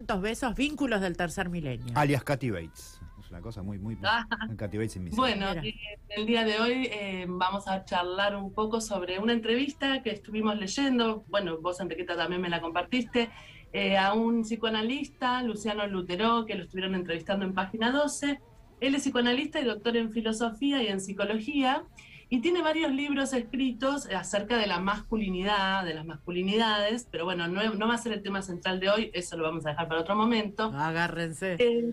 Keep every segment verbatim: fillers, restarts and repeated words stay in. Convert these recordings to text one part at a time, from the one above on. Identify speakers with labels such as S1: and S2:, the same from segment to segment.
S1: quinientos besos, vínculos del tercer milenio.
S2: Alias Kathy Bates. Es una cosa muy, muy...
S3: Ah,
S2: Kathy Bates invisible.
S3: bueno, eh, el día de hoy eh, vamos a charlar un poco sobre una entrevista que estuvimos leyendo. Bueno, vos, Enriqueta, también me la compartiste. Eh, a un psicoanalista, Luciano Lutero, que lo estuvieron entrevistando en Página doce. Él es psicoanalista y doctor en filosofía y en psicología, y tiene varios libros escritos acerca de la masculinidad, de las masculinidades, pero bueno, no, no va a ser el tema central de hoy, eso lo vamos a dejar para otro momento.
S1: Agárrense.
S3: Eh,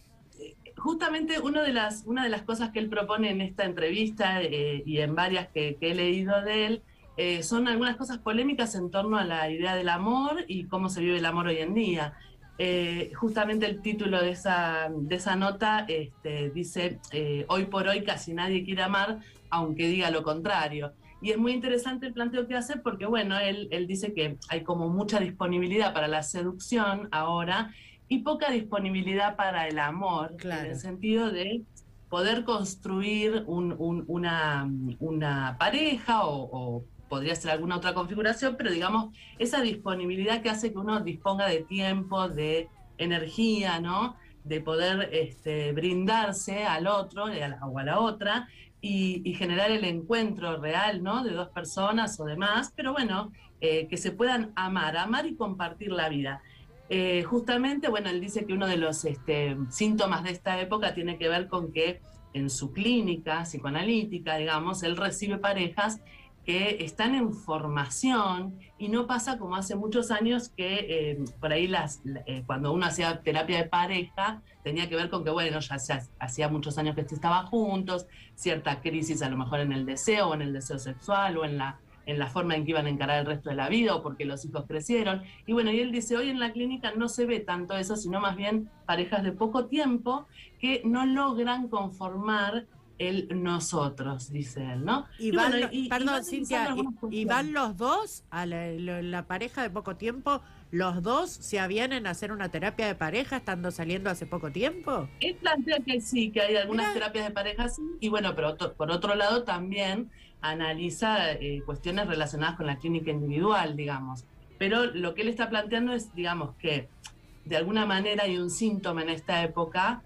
S3: justamente una de, las, una de las cosas que él propone en esta entrevista eh, y en varias que, que he leído de él, eh, son algunas cosas polémicas en torno a la idea del amor y cómo se vive el amor hoy en día. Eh, justamente el título de esa, de esa nota este, dice eh, hoy por hoy casi nadie quiere amar, aunque diga lo contrario. Y es muy interesante el planteo que hace porque, bueno, él, él dice que hay como mucha disponibilidad para la seducción ahora y poca disponibilidad para el amor, claro, en el sentido de poder construir un, un, una, una pareja o, o podría ser alguna otra configuración, pero digamos, esa disponibilidad que hace que uno disponga de tiempo, de energía, ¿no? De poder este, brindarse al otro a la, o a la otra y, y generar el encuentro real, ¿no? De dos personas o demás, pero bueno, eh, que se puedan amar, amar y compartir la vida. Eh, justamente, bueno, él dice que uno de los este, síntomas de esta época tiene que ver con que en su clínica psicoanalítica, digamos, él recibe parejas que están en formación y no pasa como hace muchos años que eh, por ahí las, eh, cuando uno hacía terapia de pareja tenía que ver con que, bueno, ya se hacía muchos años que estaban juntos, cierta crisis a lo mejor en el deseo o en el deseo sexual o en la, en la forma en que iban a encarar el resto de la vida o porque los hijos crecieron. Y bueno, y él dice, hoy en la clínica no se ve tanto eso, sino más bien parejas de poco tiempo que no logran conformar el nosotros, dice él, ¿no?
S1: Y, y van, bueno, y, perdón, y Cintia, y, y van los dos a la, la, la pareja de poco tiempo, los dos se avienen a hacer una terapia de pareja estando saliendo hace poco tiempo.
S3: Él plantea que sí, que hay algunas Mira. terapias de pareja sí, y bueno, pero otro, por otro lado también analiza eh, cuestiones relacionadas con la clínica individual, digamos. Pero lo que él está planteando es, digamos, que de alguna manera hay un síntoma en esta época.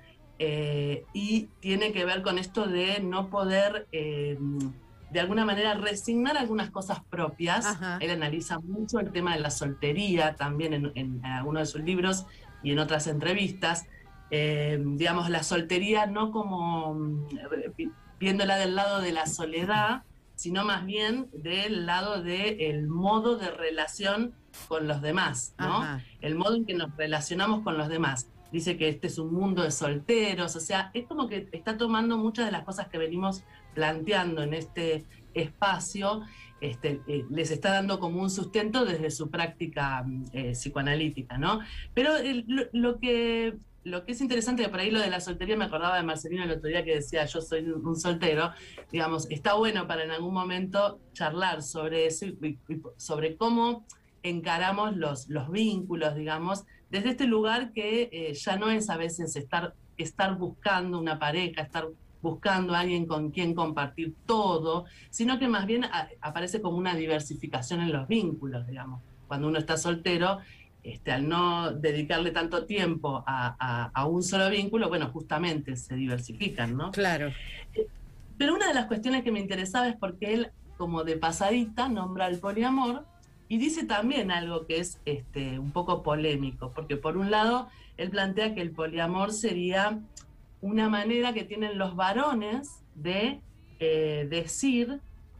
S3: Eh, y tiene que ver con esto de no poder eh, de alguna manera resignar algunas cosas propias. Ajá. Él analiza mucho el tema de la soltería también en, en algunos de sus libros y en otras entrevistas, eh, digamos la soltería no como viéndola del lado de la soledad, sino más bien del lado del modo de relación con los demás, ¿no? Ajá. El modo en que nos relacionamos con los demás. Dice que este es un mundo de solteros, o sea, es como que está tomando muchas de las cosas que venimos planteando en este espacio, este, eh, les está dando como un sustento desde su práctica eh, psicoanalítica, ¿no? Pero eh, lo, lo, que, lo que es interesante, que por ahí lo de la soltería, me acordaba de Marcelino el otro día que decía, yo soy un soltero, digamos, está bueno para en algún momento charlar sobre eso y, y sobre cómo encaramos los, los vínculos, digamos, desde este lugar que eh, ya no es a veces estar, estar buscando una pareja, estar buscando a alguien con quien compartir todo, sino que más bien a, aparece como una diversificación en los vínculos, digamos. Cuando uno está soltero, este, al no dedicarle tanto tiempo a, a, a un solo vínculo, bueno, justamente se diversifican, ¿no?
S1: Claro.
S3: Eh, pero una de las cuestiones que me interesaba es porque él, como de pasadita, nombra el poliamor. Y dice también algo que es este, un poco polémico, porque por un lado él plantea que el poliamor sería una manera que tienen los varones de eh, decir,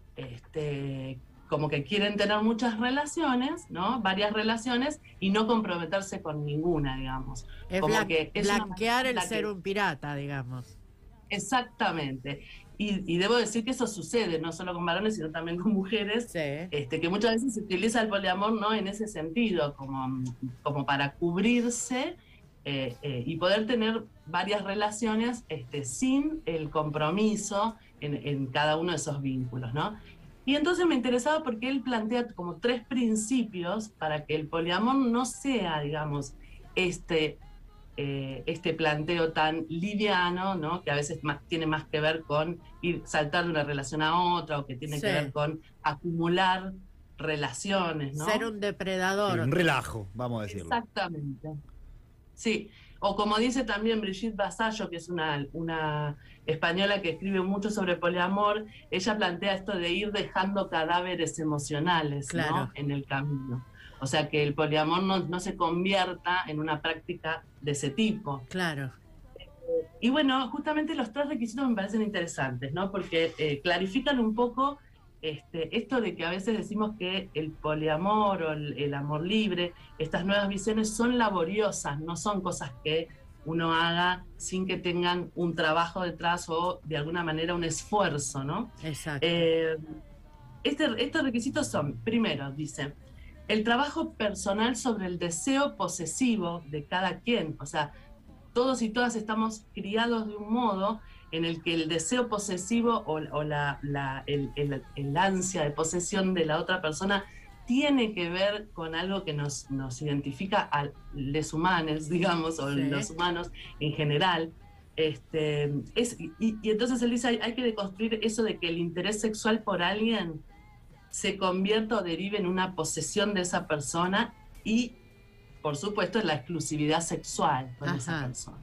S3: este, como que quieren tener muchas relaciones, ¿no? Varias relaciones y no comprometerse con ninguna, digamos.
S1: Es
S3: como
S1: blan
S3: que es
S1: blanquear el ser que... un pirata, digamos.
S3: Exactamente. Y, y debo decir que eso sucede, no solo con varones, sino también con mujeres, sí. este, que muchas veces se utiliza el poliamor, ¿no? En ese sentido, como, como para cubrirse eh, eh, y poder tener varias relaciones este, sin el compromiso en, en cada uno de esos vínculos, ¿no? Y entonces me interesaba porque él plantea como tres principios para que el poliamor no sea, digamos, este... Eh, este planteo tan liviano, ¿no? Que a veces más, tiene más que ver con ir saltar de una relación a otra o que tiene sí. que ver con acumular relaciones, ¿no?
S1: Ser un depredador.
S2: Sí, un relajo, vamos a decirlo.
S3: Exactamente. Sí, o como dice también Brigitte Vasallo, que es una, una española que escribe mucho sobre poliamor, ella plantea esto de ir dejando cadáveres emocionales,
S1: Claro.
S3: ¿no? En el camino. O sea, que el poliamor no, no se convierta en una práctica de ese tipo.
S1: Claro.
S3: Y bueno, justamente los tres requisitos me parecen interesantes, ¿no? Porque eh, clarifican un poco este, esto de que a veces decimos que el poliamor o el, el amor libre, estas nuevas visiones son laboriosas, no son cosas que uno haga sin que tengan un trabajo detrás o de alguna manera un esfuerzo, ¿no?
S1: Exacto.
S3: Eh, este, estos requisitos son, primero, dice, el trabajo personal sobre el deseo posesivo de cada quien, o sea, todos y todas estamos criados de un modo en el que el deseo posesivo o, o la, la, el, el, el ansia de posesión de la otra persona tiene que ver con algo que nos, nos identifica a los humanos, digamos, o
S1: Sí.
S3: los humanos en general. Este, es, y, y entonces él dice, hay, hay que deconstruir eso de que el interés sexual por alguien se convierta o derive en una posesión de esa persona y, por supuesto, en la exclusividad sexual con
S1: Ajá.
S3: esa persona.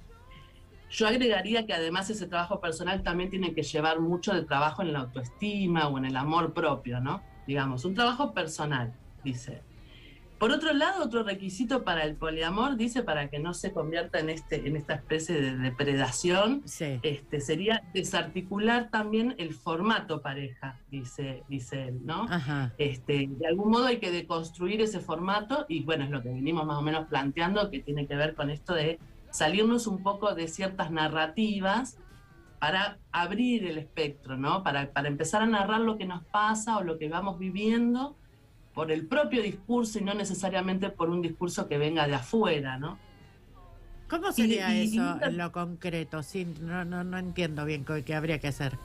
S3: Yo agregaría que además ese trabajo personal también tiene que llevar mucho de trabajo en la autoestima o en el amor propio, ¿no? Digamos, un trabajo personal, dice. Por otro lado, otro requisito para el poliamor, dice, para que no se convierta en, este, en esta especie de depredación,
S1: Sí.
S3: este, sería desarticular también el formato pareja, dice, dice él, ¿no?
S1: Ajá.
S3: Este, de algún modo hay que deconstruir ese formato y bueno, es lo que venimos más o menos planteando, que tiene que ver con esto de salirnos un poco de ciertas narrativas para abrir el espectro, ¿no? Para, para empezar a narrar lo que nos pasa o lo que vamos viviendo por el propio discurso y no necesariamente por un discurso que venga de afuera, ¿no?
S1: ¿Cómo sería
S3: y- y-
S1: eso
S3: y-
S1: en lo concreto? Sí, no, no, no entiendo bien qué, qué habría que hacer.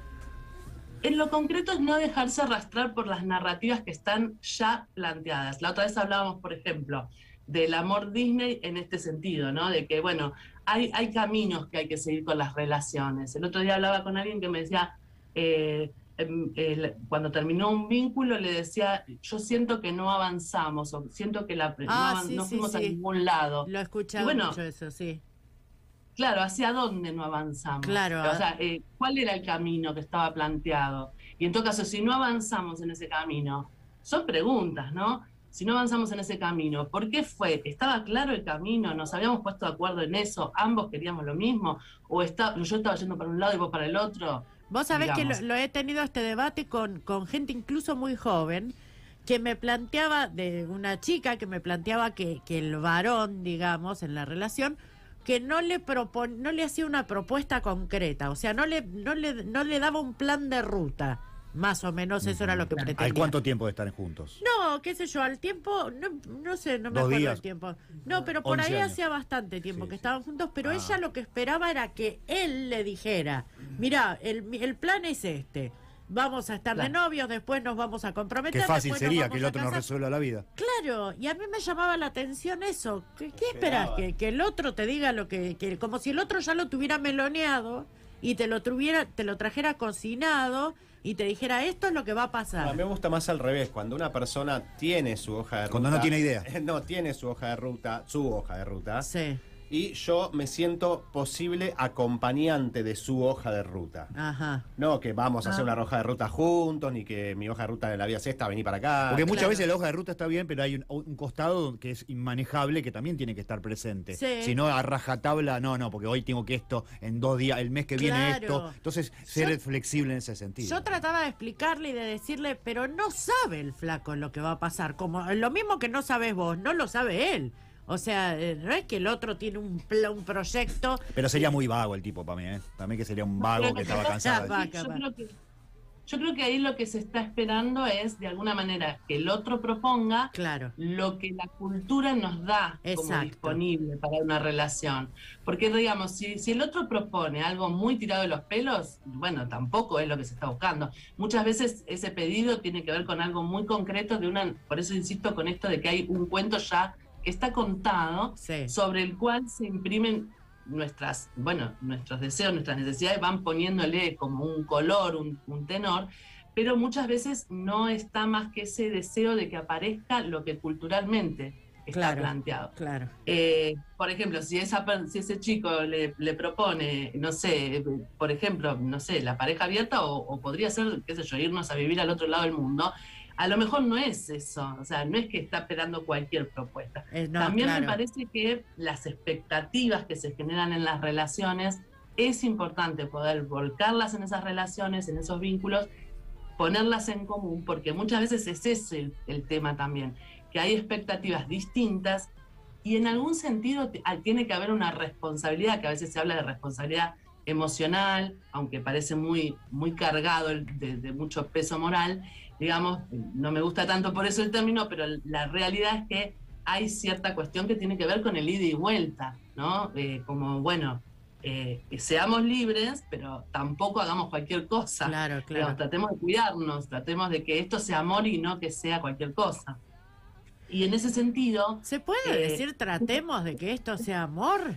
S3: En lo concreto es no dejarse arrastrar por las narrativas que están ya planteadas. La otra vez hablábamos, por ejemplo, del amor Disney en este sentido, ¿no? De que, bueno, hay, hay caminos que hay que seguir con las relaciones. El otro día hablaba con alguien que me decía, eh, em, el- cuando terminó un vínculo, le decía, yo siento que no avanzamos, o siento que la,
S1: Ah,
S3: no, avan-
S1: sí,
S3: no
S1: sí,
S3: fuimos a
S1: sí.
S3: ningún lado.
S1: Lo he escuchado
S3: Y bueno,
S1: mucho eso, sí.
S3: Claro, ¿hacia dónde no avanzamos?
S1: Claro.
S3: O sea, eh, ¿cuál era el camino que estaba planteado? Y en todo caso, si no avanzamos en ese camino, son preguntas, ¿no? Si no avanzamos en ese camino, ¿por qué fue? ¿Estaba claro el camino? ¿Nos habíamos puesto de acuerdo en eso? ¿Ambos queríamos lo mismo? ¿O está, yo estaba yendo para un lado y vos para el otro?
S1: Vos sabés
S3: Digamos.
S1: que lo, lo he tenido este debate con, con gente incluso muy joven que me planteaba, de una chica que me planteaba que, que el varón, digamos, en la relación, que no le propon, no le hacía una propuesta concreta, o sea, no le, no le, no le daba un plan de ruta. Más o menos eso era lo que pretendía.
S2: ¿Hay cuánto tiempo de estar juntos?
S1: No, qué sé yo, al tiempo, no, no sé, no me
S2: ¿Dos
S1: acuerdo
S2: días?
S1: el tiempo. No, pero por
S2: once
S1: ahí
S2: años.
S1: hacía bastante tiempo
S2: Sí,
S1: que
S2: sí.
S1: estaban juntos, pero
S2: Ah.
S1: ella lo que esperaba era que él le dijera, mirá, el, el plan es este, vamos a estar de
S3: Claro.
S1: novios, después nos vamos a comprometer.
S2: Qué fácil
S1: después nos
S2: sería
S1: vamos
S2: que el
S1: a
S2: otro nos
S1: casar".
S2: resuelva la vida.
S1: Claro, y a mí me llamaba la atención eso. ¿Qué, qué esperas? Que, que el otro te diga lo que, que... Como si el otro ya lo tuviera meloneado y te lo, tuviera, te lo trajera cocinado y te dijera, esto es lo que va a pasar.
S4: A mí me gusta más al revés, cuando una persona tiene su hoja de ruta.
S2: Cuando no tiene idea.
S4: No, tiene su hoja de ruta, su hoja de ruta.
S1: Sí,
S4: Y yo me siento posible acompañante de su hoja de ruta.
S1: ajá.
S4: No que vamos a hacer
S3: Ah.
S4: una hoja de ruta juntos, ni que mi hoja de ruta de la vida es esta, vení para acá.
S2: Porque muchas
S1: claro.
S2: veces la hoja de ruta está bien, pero hay un, un costado que es inmanejable que también tiene que estar presente.
S1: Sí.
S2: Si no, a rajatabla, no, no, porque hoy tengo que esto, en dos días, el mes que viene
S1: Claro.
S2: esto. Entonces, ser
S1: Yo-
S2: flexible en ese sentido.
S1: Yo trataba de explicarle y de decirle, pero no sabe el flaco lo que va a pasar. Como lo mismo que no sabes vos, no lo sabe él. O sea, eh, no es que el otro tiene un, pla- un proyecto.
S2: Pero sería muy vago el tipo para mí, ¿eh? Para mí que sería un vago
S3: Pero
S2: que
S3: lo
S2: estaba
S3: pasa-
S2: cansado.
S1: Va,
S3: sí, yo,
S1: va.
S3: creo que, yo creo que ahí lo que se está esperando es, de alguna manera, que el otro proponga
S1: Claro.
S3: lo que la cultura nos da como
S1: Exacto.
S3: disponible para una relación. Porque, digamos, si, si el otro propone algo muy tirado de los pelos, bueno, tampoco es lo que se está buscando. Muchas veces ese pedido tiene que ver con algo muy concreto de una, por eso insisto con esto de que hay un cuento ya que está contado,
S1: Sí.
S3: sobre el cual se imprimen nuestras, bueno, nuestros deseos, nuestras necesidades, van poniéndole como un color, un, un tenor, pero muchas veces no está más que ese deseo de que aparezca lo que culturalmente está
S1: Claro,
S3: planteado.
S1: claro.
S3: Eh, por ejemplo, si, esa, per- si ese chico le, le propone, no sé, por ejemplo, no sé, la pareja abierta o, o podría ser, qué sé yo, irnos a vivir al otro lado del mundo, a lo mejor no es eso, o sea, no es que está esperando cualquier propuesta.
S1: Eh, no,
S3: También
S1: claro.
S3: me parece que las expectativas que se generan en las relaciones es importante poder volcarlas en esas relaciones, en esos vínculos, ponerlas en común, porque muchas veces es ese el, el tema también, que hay expectativas distintas y en algún sentido t- ah, tiene que haber una responsabilidad, que a veces se habla de responsabilidad emocional, aunque parece muy, muy cargado el- de, de mucho peso moral, digamos, no me gusta tanto por eso el término, pero la realidad es que hay cierta cuestión que tiene que ver con el ida y vuelta, ¿no? Eh, como, bueno, eh, que seamos libres, pero tampoco hagamos cualquier cosa.
S1: Claro,
S3: Digamos,
S1: claro.
S3: tratemos de cuidarnos, tratemos de que esto sea amor y no que sea cualquier cosa. Y en ese sentido,
S1: ¿Se puede
S3: eh,
S1: decir tratemos de que esto sea amor?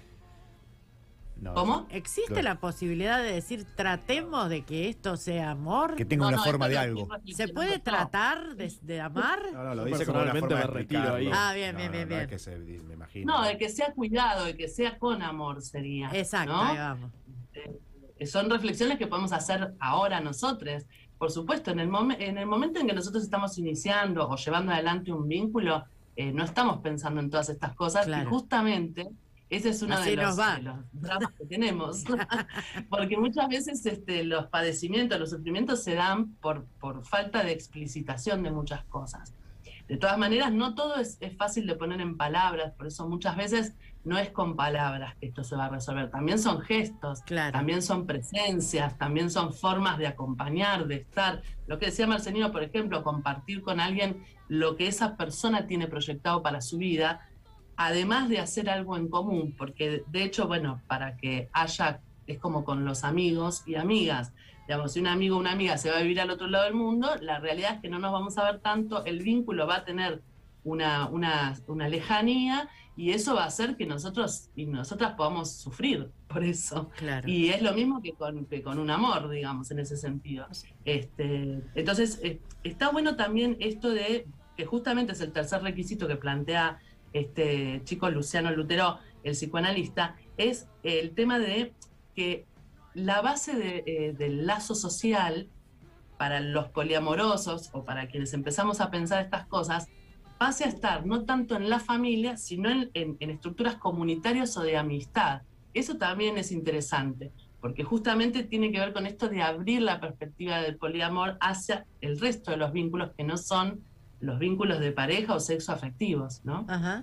S2: No,
S3: ¿cómo?
S1: ¿Existe
S2: Claro.
S1: la posibilidad de decir tratemos de que esto sea amor?
S2: que tenga
S3: No,
S2: una
S3: no,
S2: forma
S3: esto
S2: de
S3: lo
S2: algo.
S3: estoy
S1: ¿Se
S3: reflexionando
S1: puede
S3: yo.
S1: tratar de, de amar?
S4: No, no, lo
S5: Yo
S4: dice como una
S5: personalmente
S4: forma de
S5: me retiro ahí.
S4: explicarlo.
S1: Ah, bien, bien,
S4: No,
S1: bien,
S4: no, no es
S1: bien.
S4: que se, me imagino.
S3: No, de que sea cuidado, de que sea con amor sería.
S1: Exacto,
S3: ¿no?
S1: ahí vamos.
S3: Eh, son reflexiones que podemos hacer ahora nosotros. Por supuesto, en el, momen- en el momento en que nosotros estamos iniciando o llevando adelante un vínculo, eh, no estamos pensando en todas estas cosas
S1: Claro.
S3: y justamente ese es uno
S1: Así
S3: de
S1: nos
S3: los,
S1: va.
S3: de los dramas que tenemos. Porque muchas veces este, los padecimientos, los sufrimientos se dan por, por falta de explicitación de muchas cosas. De todas maneras, no todo es, es fácil de poner en palabras, por eso muchas veces no es con palabras que esto se va a resolver. También son gestos,
S1: Claro.
S3: también son presencias, también son formas de acompañar, de estar. Lo que decía Marcelino, por ejemplo, compartir con alguien lo que esa persona tiene proyectado para su vida, además de hacer algo en común, porque de hecho, bueno, para que haya, es como con los amigos y amigas. Digamos, si un amigo o una amiga se va a vivir al otro lado del mundo, la realidad es que no nos vamos a ver tanto, el vínculo va a tener una, una, una lejanía y eso va a hacer que nosotros y nosotras podamos sufrir por eso.
S1: Claro.
S3: Y es lo mismo que con, que con un amor, digamos, en ese sentido. Este, entonces, eh, está bueno también esto de, que justamente es el tercer requisito que plantea este chico Luciano Lutero, el psicoanalista, es el tema de que la base de, eh, del lazo social para los poliamorosos o para quienes empezamos a pensar estas cosas, pase a estar no tanto en la familia, sino en, en, en estructuras comunitarias o de amistad. Eso también es interesante, porque justamente tiene que ver con esto de abrir la perspectiva del poliamor hacia el resto de los vínculos que no son los vínculos de pareja o sexo afectivos, ¿no?
S1: Ajá.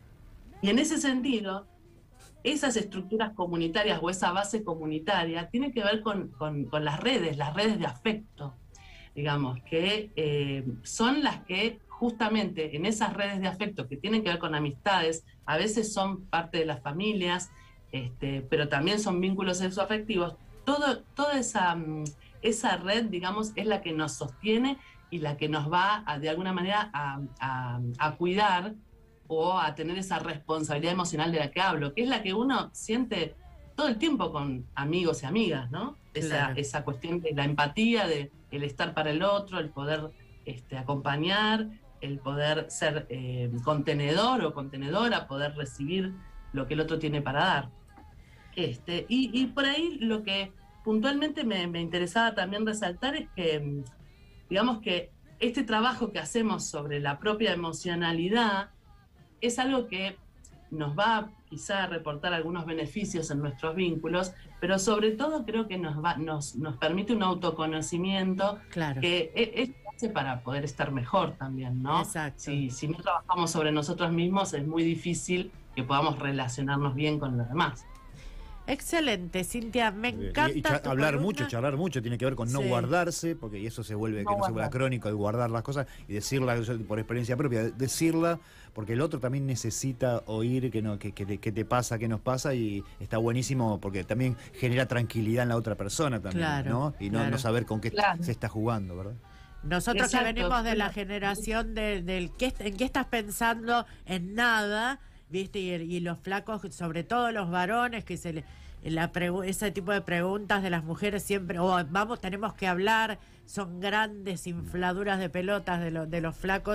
S3: Y en ese sentido, esas estructuras comunitarias o esa base comunitaria tiene que ver con, con, con las redes, las redes de afecto, digamos, que eh, son las que justamente en esas redes de afecto que tienen que ver con amistades, a veces son parte de las familias, este, pero también son vínculos sexoafectivos, todo, toda esa, esa red, digamos, es la que nos sostiene y la que nos va a, de alguna manera a, a, a cuidar o a tener esa responsabilidad emocional de la que hablo, que es la que uno siente todo el tiempo con amigos y amigas, ¿no? Esa,
S1: Claro.
S3: esa cuestión de la empatía, de el estar para el otro, el poder este, acompañar, el poder ser eh, contenedor o contenedora, poder recibir lo que el otro tiene para dar. Este, y, y por ahí lo que puntualmente me, me interesaba también resaltar es que, digamos que este trabajo que hacemos sobre la propia emocionalidad es algo que nos va quizá a reportar algunos beneficios en nuestros vínculos, pero sobre todo creo que nos, va, nos, nos permite un autoconocimiento
S1: Claro.
S3: que es, es base para poder estar mejor también, ¿no?
S1: Exacto.
S3: Si, si no trabajamos sobre nosotros mismos es muy difícil que podamos relacionarnos bien con los demás.
S1: Excelente, Cintia, me
S2: Y-
S1: encanta.
S2: y cha-
S1: tu
S2: hablar
S1: columna.
S2: mucho, charlar mucho, tiene que ver con no
S1: Sí.
S2: guardarse, porque y eso se vuelve,
S3: No
S2: que no se vuelva
S3: guardar.
S2: crónico, el guardar las cosas y decirla yo, por experiencia propia, decirla, porque el otro también necesita oír que no, que, que, que te pasa, que nos pasa, y está buenísimo porque también genera tranquilidad en la otra persona también,
S1: Claro,
S2: ¿no? Y no,
S1: claro.
S2: no saber con qué
S3: Claro.
S2: se está jugando, ¿verdad?
S1: Nosotros
S3: Exacto.
S1: que venimos de la generación de, del ¿qué, ¿en qué estás pensando? En nada, ¿viste? Y, y los flacos, sobre todo los varones, que se le, la pregu- ese tipo de preguntas de las mujeres siempre, o vamos, tenemos que hablar, son grandes infladuras de pelotas de, lo- de los flacos,
S2: Sí.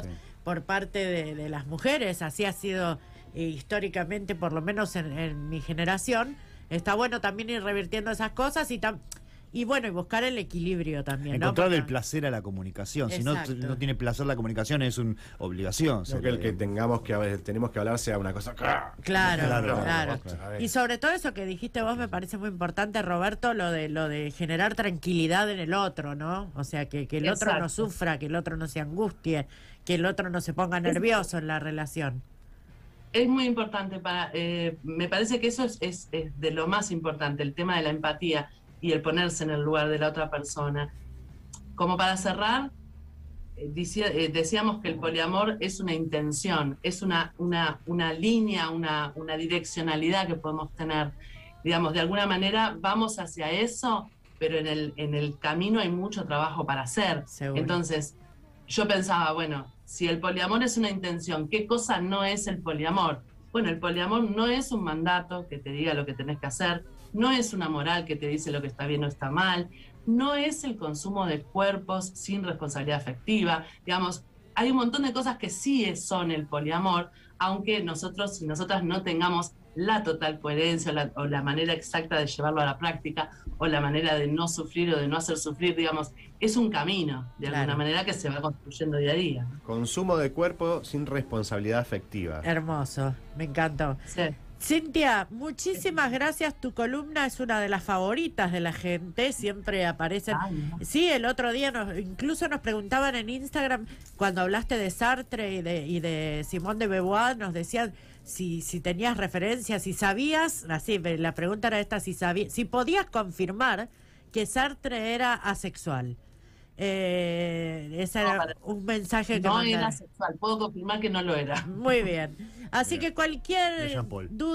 S1: por parte de, de las mujeres, así ha sido eh, históricamente, por lo menos en, en mi generación. Está bueno también ir revirtiendo esas cosas y tam y bueno, y buscar el equilibrio también, ¿no?
S2: Encontrar
S1: Para...
S2: el placer a la comunicación.
S1: Exacto.
S2: Si no, no tiene placer la comunicación, es una obligación.
S4: No que el que tengamos que a ver, tenemos que hablar sea una cosa.
S1: Claro,
S2: Claro,
S1: claro,
S2: claro,
S4: claro.
S1: Y sobre todo eso que dijiste vos me parece muy importante, Roberto, lo de lo de generar tranquilidad en el otro, ¿no? O sea, que, que el otro no
S3: Exacto.
S1: sufra, que el otro no se angustie, que el otro no se ponga nervioso en la relación.
S3: Es muy importante para, eh, me parece que eso es, es, es de lo más importante, el tema de la empatía y el ponerse en el lugar de la otra persona. Como para cerrar, eh, decía, eh, decíamos que el poliamor es una intención, es una, una, una línea, una, una direccionalidad que podemos tener. Digamos, de alguna manera vamos hacia eso, pero en el, en el camino hay mucho trabajo para hacer.
S1: Seguro.
S3: Entonces, yo pensaba, bueno, si el poliamor es una intención, ¿qué cosa no es el poliamor? Bueno, el poliamor no es un mandato que te diga lo que tenés que hacer, no es una moral que te dice lo que está bien o está mal, no es el consumo de cuerpos sin responsabilidad afectiva. Digamos, hay un montón de cosas que sí son el poliamor, aunque nosotros y nosotras no tengamos la total coherencia o la, o la manera exacta de llevarlo a la práctica o la manera de no sufrir o de no hacer sufrir, digamos, es un camino, de
S1: Claro.
S3: alguna manera, que se va construyendo día a día.
S4: Consumo de cuerpo sin responsabilidad afectiva.
S1: Hermoso, me encantó.
S3: Sí.
S1: Cintia, muchísimas gracias. Tu columna es una de las favoritas de la gente. Siempre aparecen.
S3: Ay, no.
S1: Sí, el otro día nos, incluso nos preguntaban en Instagram cuando hablaste de Sartre y de, y de Simone de Beauvoir, nos decían si, si tenías referencias, si sabías, así, la pregunta era esta, si sabías, si podías confirmar que Sartre era asexual. Eh, ese
S3: No,
S1: era
S3: para-
S1: un mensaje que
S3: No
S1: mandaron.
S3: era sexual, puedo confirmar que no lo era.
S1: Muy bien. Así
S2: Bien.
S1: que cualquier
S2: De Jean Paul.
S1: duda